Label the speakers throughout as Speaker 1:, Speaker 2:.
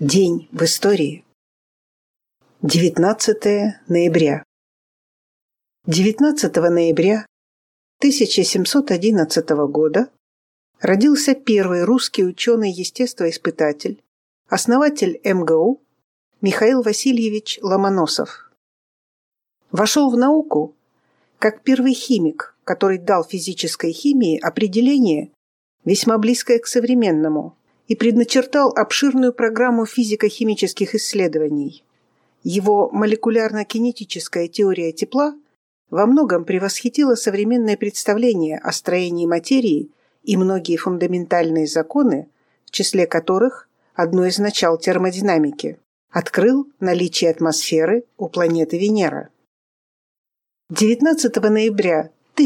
Speaker 1: День в истории. 19 ноября. 19 ноября 1711 года родился первый русский ученый-естествоиспытатель, основатель МГУ Михаил Васильевич Ломоносов. Вошел в науку как первый химик, который дал физической химии определение, весьма близкое к современному, и предначертал обширную программу физико-химических исследований. Его молекулярно-кинетическая теория тепла во многом превосхитила современное представление о строении материи и многие фундаментальные законы, в числе которых одно из начал термодинамики, открыл наличие атмосферы у планеты Венера. 19 ноября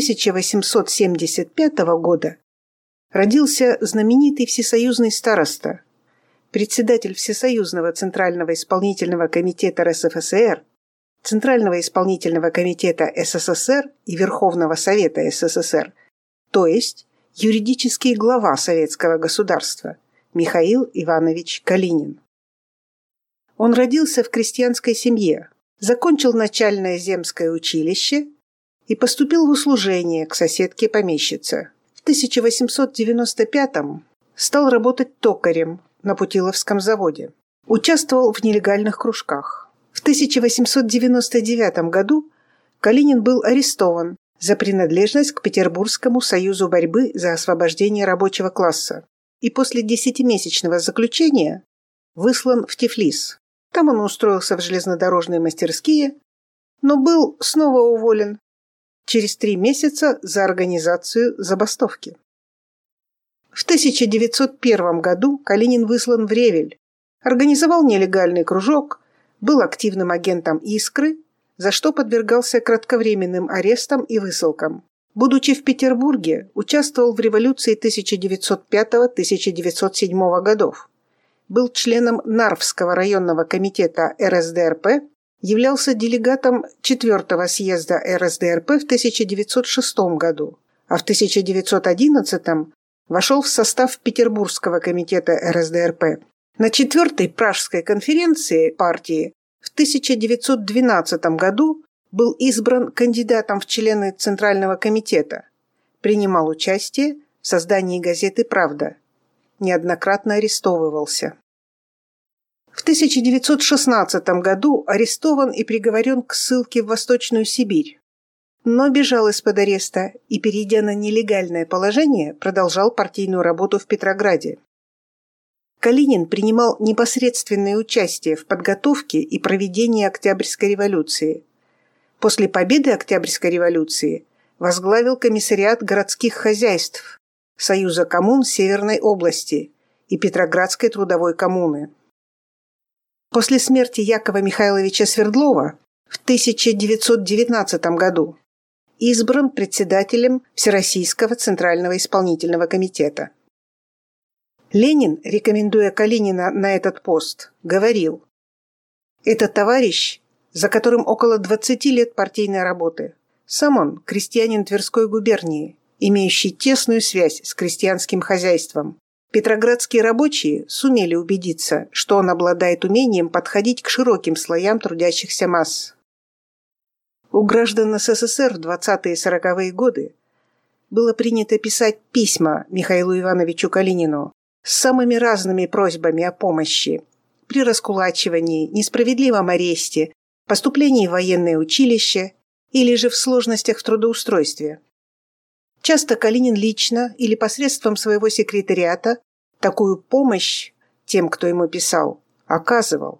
Speaker 1: 1875 года родился знаменитый всесоюзный староста, председатель Всесоюзного Центрального исполнительного комитета РСФСР, Центрального исполнительного комитета СССР и Верховного Совета СССР, то есть юридический глава советского государства Михаил Иванович Калинин. Он родился в крестьянской семье, закончил начальное земское училище и поступил в услужение к соседке-помещице. В 1895-м стал работать токарем на Путиловском заводе. Участвовал в нелегальных кружках. В 1899 году Калинин был арестован за принадлежность к Петербургскому союзу борьбы за освобождение рабочего класса и после 10-месячного заключения выслан в Тифлис. Там он устроился в железнодорожные мастерские, но был снова уволен через 3 месяца за организацию забастовки. В 1901 году Калинин выслан в Ревель, организовал нелегальный кружок, был активным агентом «Искры», за что подвергался кратковременным арестам и высылкам. Будучи в Петербурге, участвовал в революции 1905-1907 годов. Был членом Нарвского районного комитета РСДРП, являлся делегатом 4-го съезда РСДРП в 1906 году, а в 1911 вошел в состав Петербургского комитета РСДРП. На 4-й Пражской конференции партии в 1912 году был избран кандидатом в члены Центрального комитета, принимал участие в создании газеты «Правда», неоднократно арестовывался. В 1916 году арестован и приговорен к ссылке в Восточную Сибирь, но бежал из-под ареста и, перейдя на нелегальное положение, продолжал партийную работу в Петрограде. Калинин принимал непосредственное участие в подготовке и проведении Октябрьской революции. После победы Октябрьской революции возглавил комиссариат городских хозяйств Союза коммун Северной области и Петроградской трудовой коммуны. После смерти Якова Михайловича Свердлова в 1919 году избран председателем Всероссийского Центрального исполнительного комитета. Ленин, рекомендуя Калинина на этот пост, говорил: «Это товарищ, за которым около 20 лет партийной работы. Сам он крестьянин Тверской губернии, имеющий тесную связь с крестьянским хозяйством. Петроградские рабочие сумели убедиться, что он обладает умением подходить к широким слоям трудящихся масс». У граждан СССР в 20-е и 40-е годы было принято писать письма Михаилу Ивановичу Калинину с самыми разными просьбами о помощи при раскулачивании, несправедливом аресте, поступлении в военное училище или же в сложностях в трудоустройстве. Часто Калинин лично или посредством своего секретариата такую помощь тем, кто ему писал, оказывал.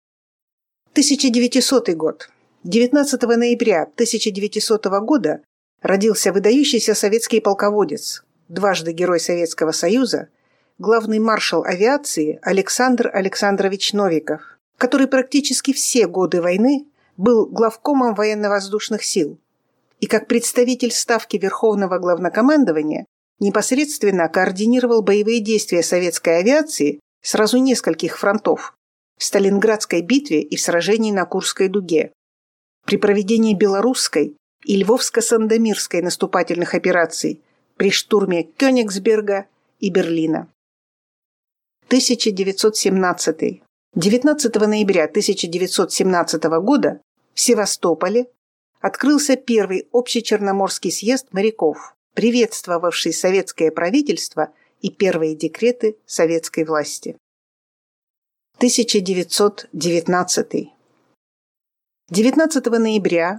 Speaker 1: 1900 год. 19 ноября 1900 года родился выдающийся советский полководец, дважды Герой Советского Союза, главный маршал авиации Александр Александрович Новиков, который практически все годы войны был главкомом военно-воздушных сил и как представитель Ставки Верховного Главнокомандования непосредственно координировал боевые действия советской авиации сразу нескольких фронтов в Сталинградской битве и в сражении на Курской дуге, при проведении Белорусской и Львовско-Сандомирской наступательных операций, при штурме Кёнигсберга и Берлина. 1917. 19 ноября 1917 года в Севастополе открылся первый общечерноморский съезд моряков, приветствовавший советское правительство и первые декреты советской власти. 1919. 19 ноября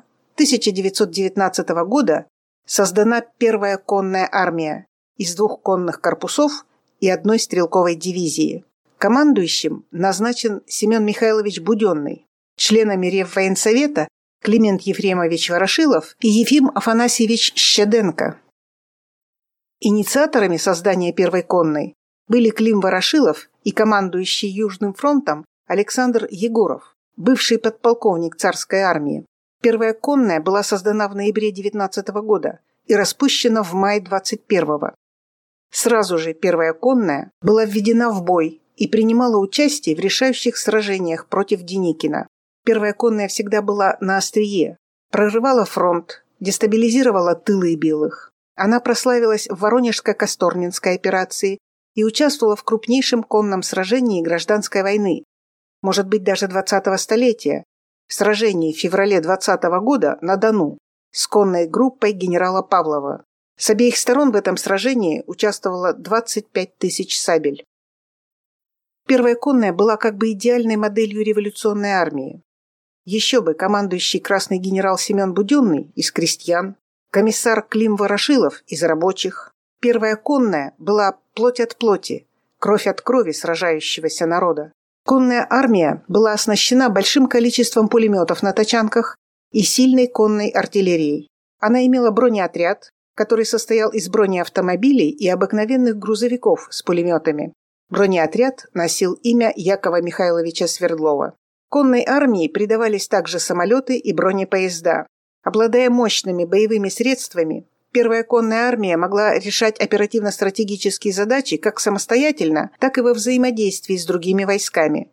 Speaker 1: 1919 года создана первая конная армия из 2 конных корпусов и 1 стрелковой дивизии. Командующим назначен Семен Михайлович Буденный, членами Реввоенсовета Климент Ефремович Ворошилов и Ефим Афанасьевич Щеденко. Инициаторами создания первой конной были Клим Ворошилов и командующий Южным фронтом Александр Егоров, бывший подполковник царской армии. Первая конная была создана в ноябре 19 года и распущена в мае 21-го. Сразу же первая конная была введена в бой и принимала участие в решающих сражениях против Деникина. Первая конная всегда была на острие, прорывала фронт, дестабилизировала тылы белых. Она прославилась в Воронежско-Касторнинской операции и участвовала в крупнейшем конном сражении гражданской войны, может быть, даже 20-го столетия, в сражении в феврале 20-го года на Дону с конной группой генерала Павлова. С обеих сторон в этом сражении участвовало 25 тысяч сабель. Первая конная была как бы идеальной моделью революционной армии. Еще бы командующий красный генерал Семен Буденный из крестьян, комиссар Клим Ворошилов из рабочих. Первая конная была плоть от плоти, кровь от крови сражающегося народа. Конная армия была оснащена большим количеством пулеметов на тачанках и сильной конной артиллерией. Она имела бронеотряд, который состоял из бронеавтомобилей и обыкновенных грузовиков с пулеметами. Бронеотряд носил имя Якова Михайловича Свердлова. Конной армии придавались также самолеты и бронепоезда. Обладая мощными боевыми средствами, первая конная армия могла решать оперативно-стратегические задачи как самостоятельно, так и во взаимодействии с другими войсками.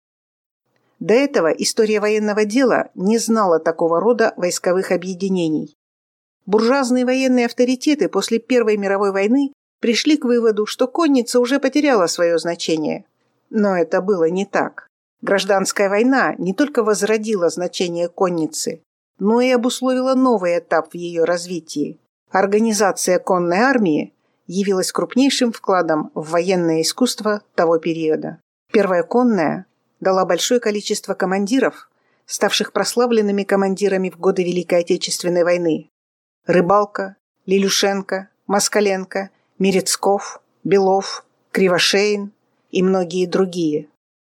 Speaker 1: До этого история военного дела не знала такого рода войсковых объединений. Буржуазные военные авторитеты после Первой мировой войны пришли к выводу, что конница уже потеряла свое значение. Но это было не так. Гражданская война не только возродила значение конницы, но и обусловила новый этап в ее развитии. Организация конной армии явилась крупнейшим вкладом в военное искусство того периода. Первая конная дала большое количество командиров, ставших прославленными командирами в годы Великой Отечественной войны. Рыбалка, Лилюшенко, Москаленко, Мерецков, Белов, Кривошеин и многие другие.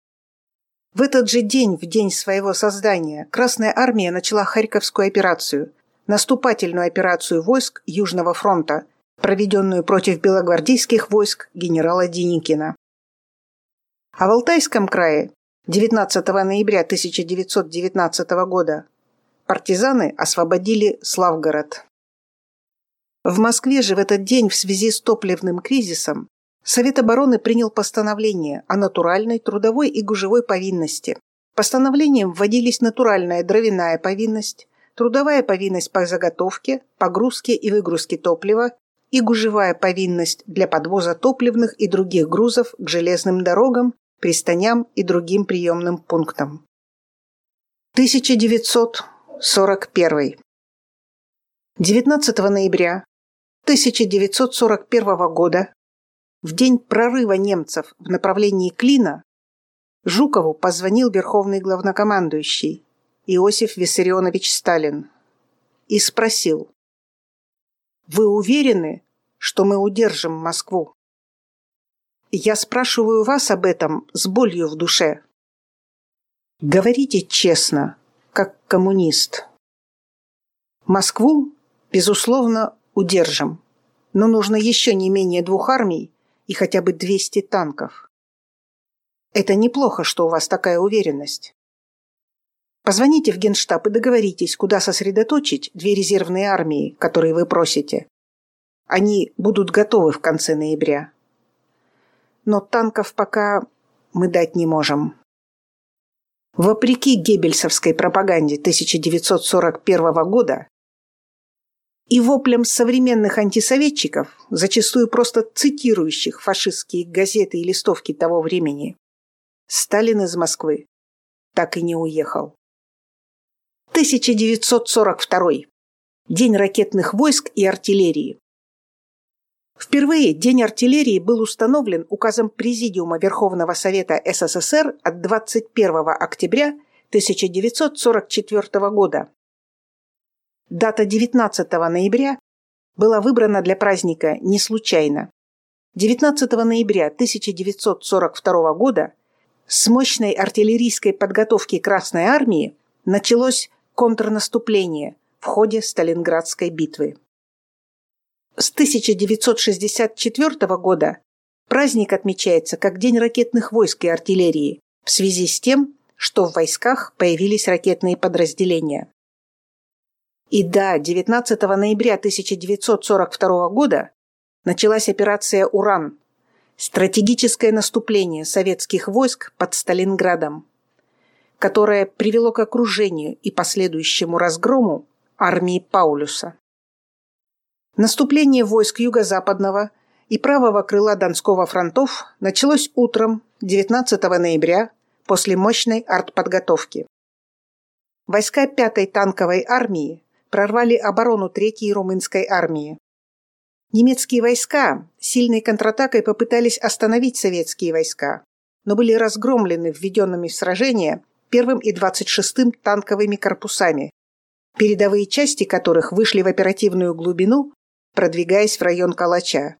Speaker 1: В этот же день, в день своего создания, Красная армия начала Харьковскую операцию, наступательную операцию войск Южного фронта, проведенную против белогвардейских войск генерала Деникина. А в Алтайском крае 19 ноября 1919 года партизаны освободили Славгород. В Москве же в этот день в связи с топливным кризисом Совет обороны принял постановление о натуральной, трудовой и гужевой повинности. Постановлением вводились натуральная дровяная повинность, трудовая повинность по заготовке, погрузке и выгрузке топлива и гужевая повинность для подвоза топливных и других грузов к железным дорогам, пристаням и другим приемным пунктам. 1941. 19 ноября 1941 года, в день прорыва немцев в направлении Клина, Жукову позвонил верховный главнокомандующий Иосиф Виссарионович Сталин и спросил: «Вы уверены, что мы удержим Москву? Я спрашиваю вас об этом с болью в душе. Говорите честно, как коммунист. Москву, безусловно, удержим, но нужно еще не менее 2 армий и хотя бы 200 танков. Это неплохо, что у вас такая уверенность. Позвоните в Генштаб и договоритесь, куда сосредоточить 2 резервные армии, которые вы просите. Они будут готовы в конце ноября. Но танков пока мы дать не можем». Вопреки геббельсовской пропаганде 1941 года и воплям современных антисоветчиков, зачастую просто цитирующих фашистские газеты и листовки того времени, Сталин из Москвы так и не уехал. 1942. День ракетных войск и артиллерии. Впервые День артиллерии был установлен указом Президиума Верховного Совета СССР от 21 октября 1944 года. Дата 19 ноября была выбрана для праздника не случайно. 19 ноября 1942 года с мощной артиллерийской подготовки Красной Армии началось контрнаступление в ходе Сталинградской битвы. С 1964 года праздник отмечается как День ракетных войск и артиллерии в связи с тем, что в войсках появились ракетные подразделения. И да, 19 ноября 1942 года началась операция «Уран» – стратегическое наступление советских войск под Сталинградом, которое привело к окружению и последующему разгрому армии Паулюса. Наступление войск юго-западного и правого крыла Донского фронтов началось утром 19 ноября после мощной артподготовки. Войска 5-й танковой армии прорвали оборону 3-й румынской армии. Немецкие войска сильной контратакой попытались остановить советские войска, но были разгромлены введенными в сражение 1-м и 26-м танковыми корпусами, передовые части которых вышли в оперативную глубину, продвигаясь в район Калача.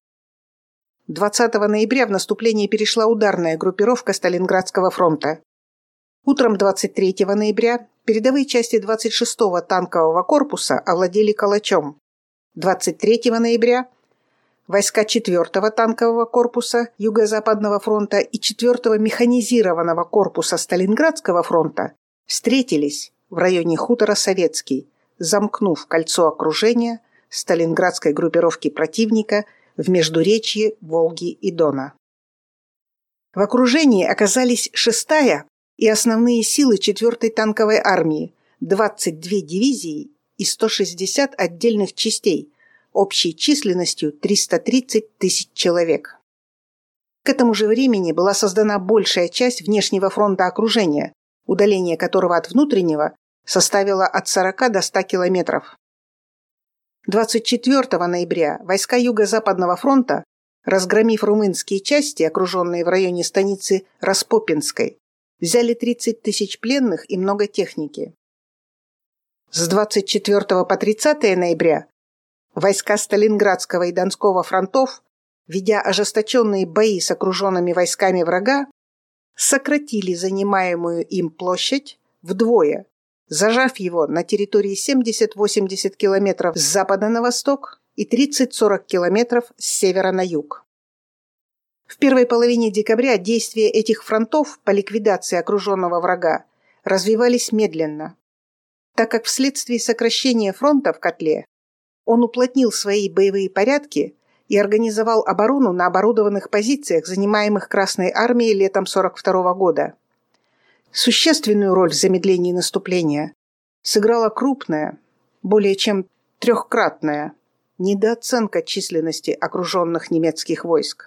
Speaker 1: 20 ноября в наступление перешла ударная группировка Сталинградского фронта. Утром 23 ноября передовые части 26-го танкового корпуса овладели Калачом. 23 ноября войска 4-го танкового корпуса Юго-Западного фронта и 4-го механизированного корпуса Сталинградского фронта встретились в районе хутора Советский, замкнув кольцо окружения сталинградской группировки противника в междуречье Волги и Дона. В окружении оказались 6-я и основные силы 4-й танковой армии, 22 дивизии и 160 отдельных частей, общей численностью 330 тысяч человек. К этому же времени была создана большая часть внешнего фронта окружения, удаление которого от внутреннего составило от 40 до 100 километров. 24 ноября войска Юго-Западного фронта, разгромив румынские части, окруженные в районе станицы Распопинской, взяли 30 тысяч пленных и много техники. С 24 по 30 ноября войска Сталинградского и Донского фронтов, ведя ожесточенные бои с окруженными войсками врага, сократили занимаемую им площадь вдвое, зажав его на территории 70-80 километров с запада на восток и 30-40 километров с севера на юг. В первой половине декабря действия этих фронтов по ликвидации окруженного врага развивались медленно, так как вследствие сокращения фронта в котле он уплотнил свои боевые порядки и организовал оборону на оборудованных позициях, занимаемых Красной армией летом 1942 года. Существенную роль в замедлении наступления сыграла крупная, более чем трехкратная, недооценка численности окруженных немецких войск.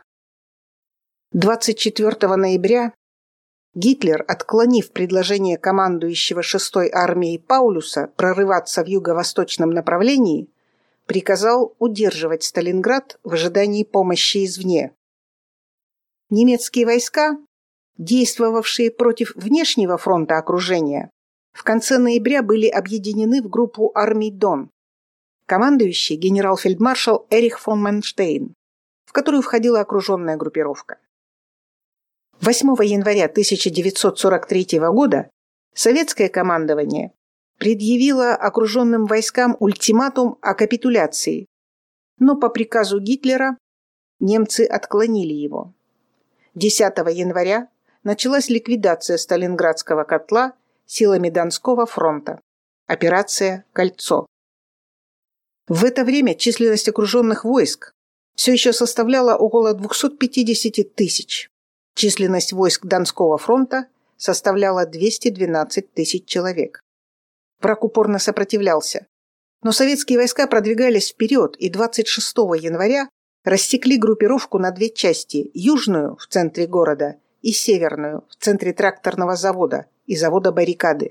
Speaker 1: 24 ноября Гитлер, отклонив предложение командующего 6-й армией Паулюса прорываться в юго-восточном направлении, приказал удерживать Сталинград в ожидании помощи извне. Немецкие войска, действовавшие против внешнего фронта окружения, в конце ноября были объединены в группу армий Дон, командующий генерал-фельдмаршал Эрих фон Манштейн, в которую входила окруженная группировка. 8 января 1943 года советское командование предъявило окруженным войскам ультиматум о капитуляции, но по приказу Гитлера немцы отклонили его. 10 января началась ликвидация Сталинградского котла силами Донского фронта. Операция «Кольцо». В это время численность окруженных войск все еще составляла около 250 тысяч. Численность войск Донского фронта составляла 212 тысяч человек. Враг упорно сопротивлялся, но советские войска продвигались вперед и 26 января рассекли группировку на две части – южную в центре города и Северную в центре тракторного завода и завода «Баррикады».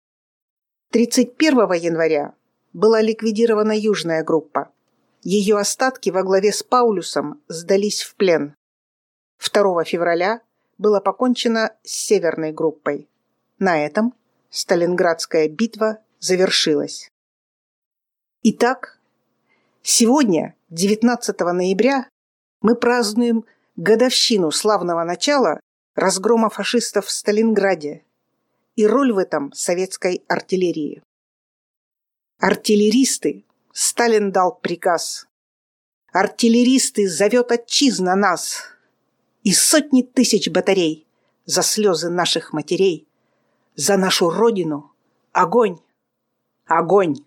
Speaker 1: 31 января была ликвидирована южная группа. Ее остатки во главе с Паулюсом сдались в плен. 2 февраля было покончено с северной группой. На этом Сталинградская битва завершилась. Итак, сегодня, 19 ноября, мы празднуем годовщину славного начала разгрома фашистов в Сталинграде и роль в этом советской артиллерии. Артиллеристы, Сталин дал приказ. Артиллеристы, зовет отчизна нас. И сотни тысяч батарей за слезы наших матерей, за нашу Родину. Огонь! Огонь!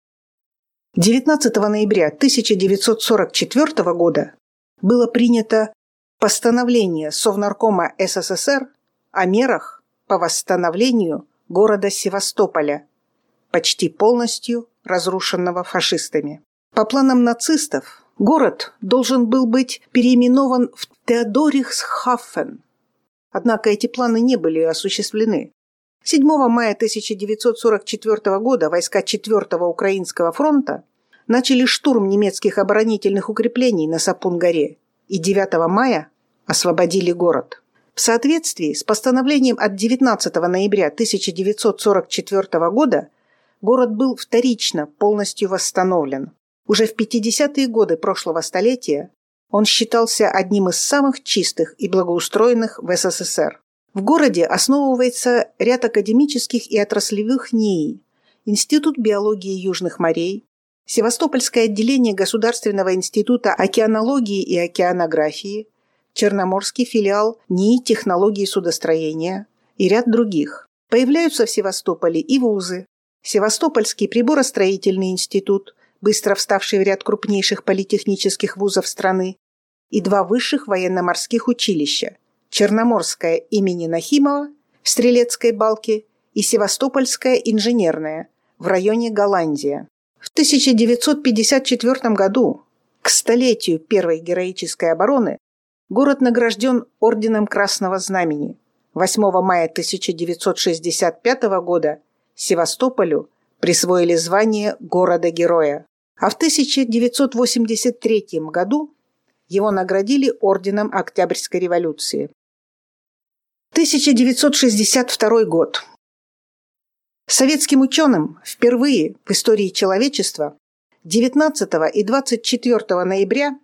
Speaker 1: 19 ноября 1944 года было принято постановление Совнаркома СССР о мерах по восстановлению города Севастополя, почти полностью разрушенного фашистами. По планам нацистов, город должен был быть переименован в Теодорихсхафен. Однако эти планы не были осуществлены. 7 мая 1944 года войска 4-го Украинского фронта начали штурм немецких оборонительных укреплений на Сапун-горе и 9 мая освободили город. В соответствии с постановлением от 19 ноября 1944 года город был вторично полностью восстановлен. Уже в 50-е годы прошлого столетия он считался одним из самых чистых и благоустроенных в СССР. В городе основывается ряд академических и отраслевых НИИ, Институт биологии южных морей, Севастопольское отделение Государственного института океанологии и океанографии, Черноморский филиал НИИ технологии судостроения и ряд других. Появляются в Севастополе и вузы, Севастопольский приборостроительный институт, быстро вставший в ряд крупнейших политехнических вузов страны, и 2 высших военно-морских училища – Черноморское имени Нахимова в Стрелецкой Балке и Севастопольское инженерное в районе Голландия. В 1954 году, к столетию Первой героической обороны, город награжден Орденом Красного Знамени. 8 мая 1965 года Севастополю присвоили звание города-героя, а в 1983 году его наградили Орденом Октябрьской революции. 1962 год. Советским ученым впервые в истории человечества 19 и 24 ноября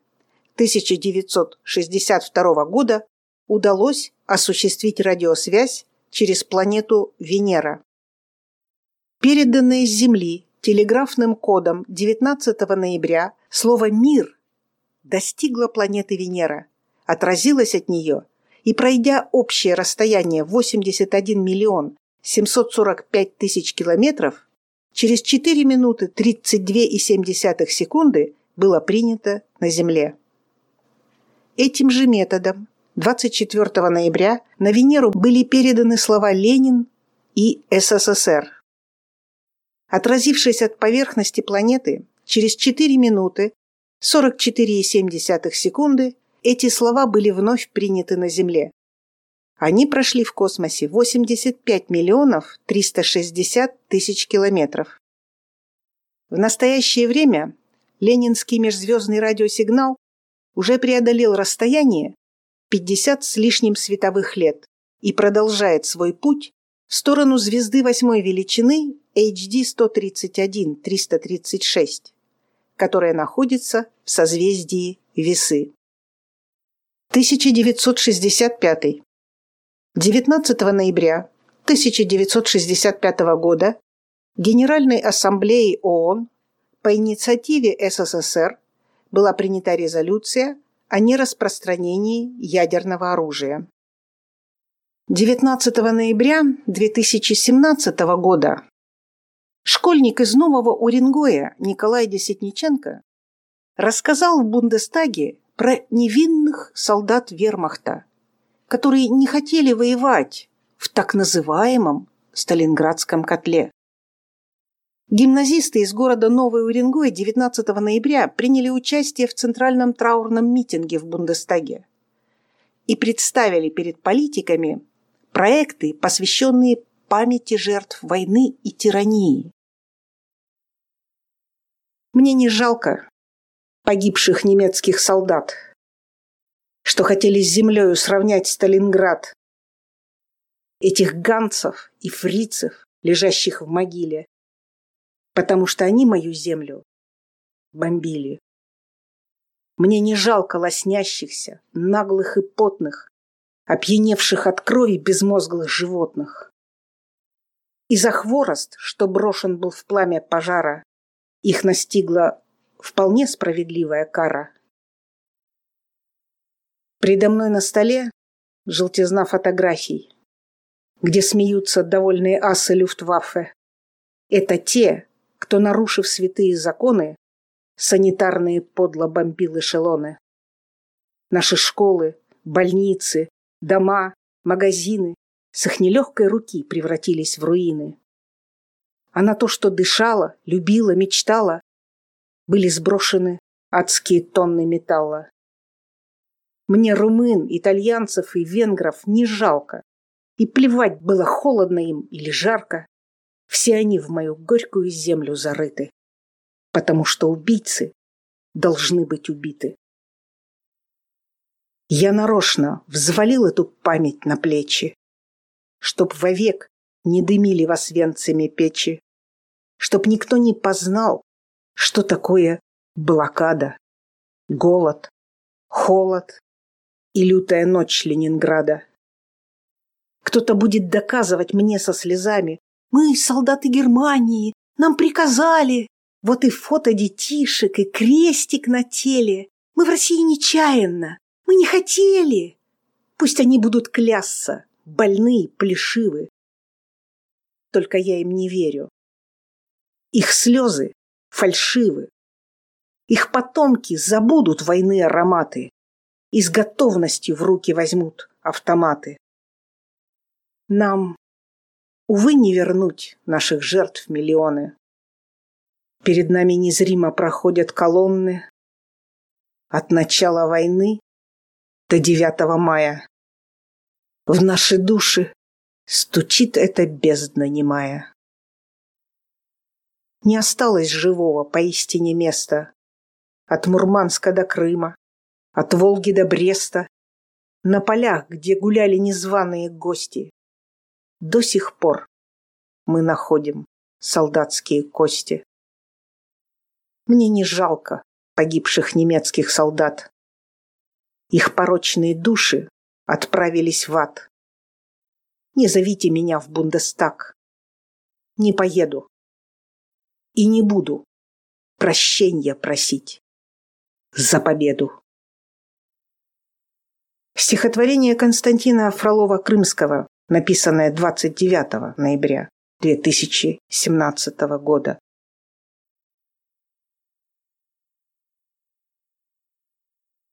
Speaker 1: 1962 года удалось осуществить радиосвязь через планету Венера. Переданное с Земли телеграфным кодом 19 ноября слово «мир» достигло планеты Венера, отразилось от нее и, пройдя общее расстояние 81 миллион 745 тысяч километров, через 4 минуты 32,7 секунды было принято на Земле. Этим же методом 24 ноября на Венеру были переданы слова «Ленин» и «СССР». Отразившись от поверхности планеты, через 4 минуты 44,7 секунды эти слова были вновь приняты на Земле. Они прошли в космосе 85 миллионов 360 тысяч километров. В настоящее время ленинский межзвездный радиосигнал уже преодолел расстояние 50 с лишним световых лет и продолжает свой путь в сторону звезды 8-й величины HD 131-336, которая находится в созвездии Весы. 1965. 19 ноября 1965 года Генеральной Ассамблеей ООН по инициативе СССР была принята резолюция о нераспространении ядерного оружия. 19 ноября 2017 года школьник из Нового Уренгоя Николай Десятниченко рассказал в Бундестаге про невинных солдат вермахта, которые не хотели воевать в так называемом Сталинградском котле. Гимназисты из города Новый Уренгой 19 ноября приняли участие в центральном траурном митинге в Бундестаге. и представили перед политиками проекты, посвященные памяти жертв войны и тирании. Мне не жалко погибших немецких солдат, что хотели с землею сравнять Сталинград, этих ганцев и фрицев, лежащих в могиле, потому что они мою землю бомбили. Мне не жалко лоснящихся, наглых и потных, опьяневших от крови безмозглых животных. И за хворост, что брошен был в пламя пожара, их настигла вполне справедливая кара. Предо мной на столе желтизна фотографий, где смеются довольные асы Люфтваффе. Это те, кто, нарушив святые законы, санитарные подло бомбил эшелоны. Наши школы, больницы, дома, магазины с их нелегкой руки превратились в руины. А на то, что дышала, любила, мечтала, были сброшены адские тонны металла. Мне румын, итальянцев и венгров не жалко, и плевать было, холодно им или жарко. Все они в мою горькую землю зарыты, потому что убийцы должны быть убиты. Я нарочно взвалил эту память на плечи, чтоб вовек не дымили в Освенциме печи, чтоб никто не познал, что такое блокада, голод, холод и лютая ночь Ленинграда. Кто-то будет доказывать мне со слезами: мы, солдаты Германии, нам приказали. Вот и фото детишек, и крестик на теле. Мы в России нечаянно, мы не хотели. Пусть они будут клясться, больные, плешивы. Только я им не верю. Их слезы фальшивы. Их потомки забудут войны ароматы и с готовностью в руки возьмут автоматы. Нам, увы, не вернуть наших жертв миллионы. Перед нами незримо проходят колонны от начала войны до 9 мая. В наши души стучит эта бездна немая. Не осталось живого поистине места от Мурманска до Крыма, от Волги до Бреста, на полях, где гуляли незваные гости. До сих пор мы находим солдатские кости. Мне не жалко погибших немецких солдат. Их порочные души отправились в ад. Не зовите меня в Бундестаг. Не поеду. И не буду прощения просить за победу. Стихотворение Константина Фролова-Крымского, написанное 29 ноября 2017 года.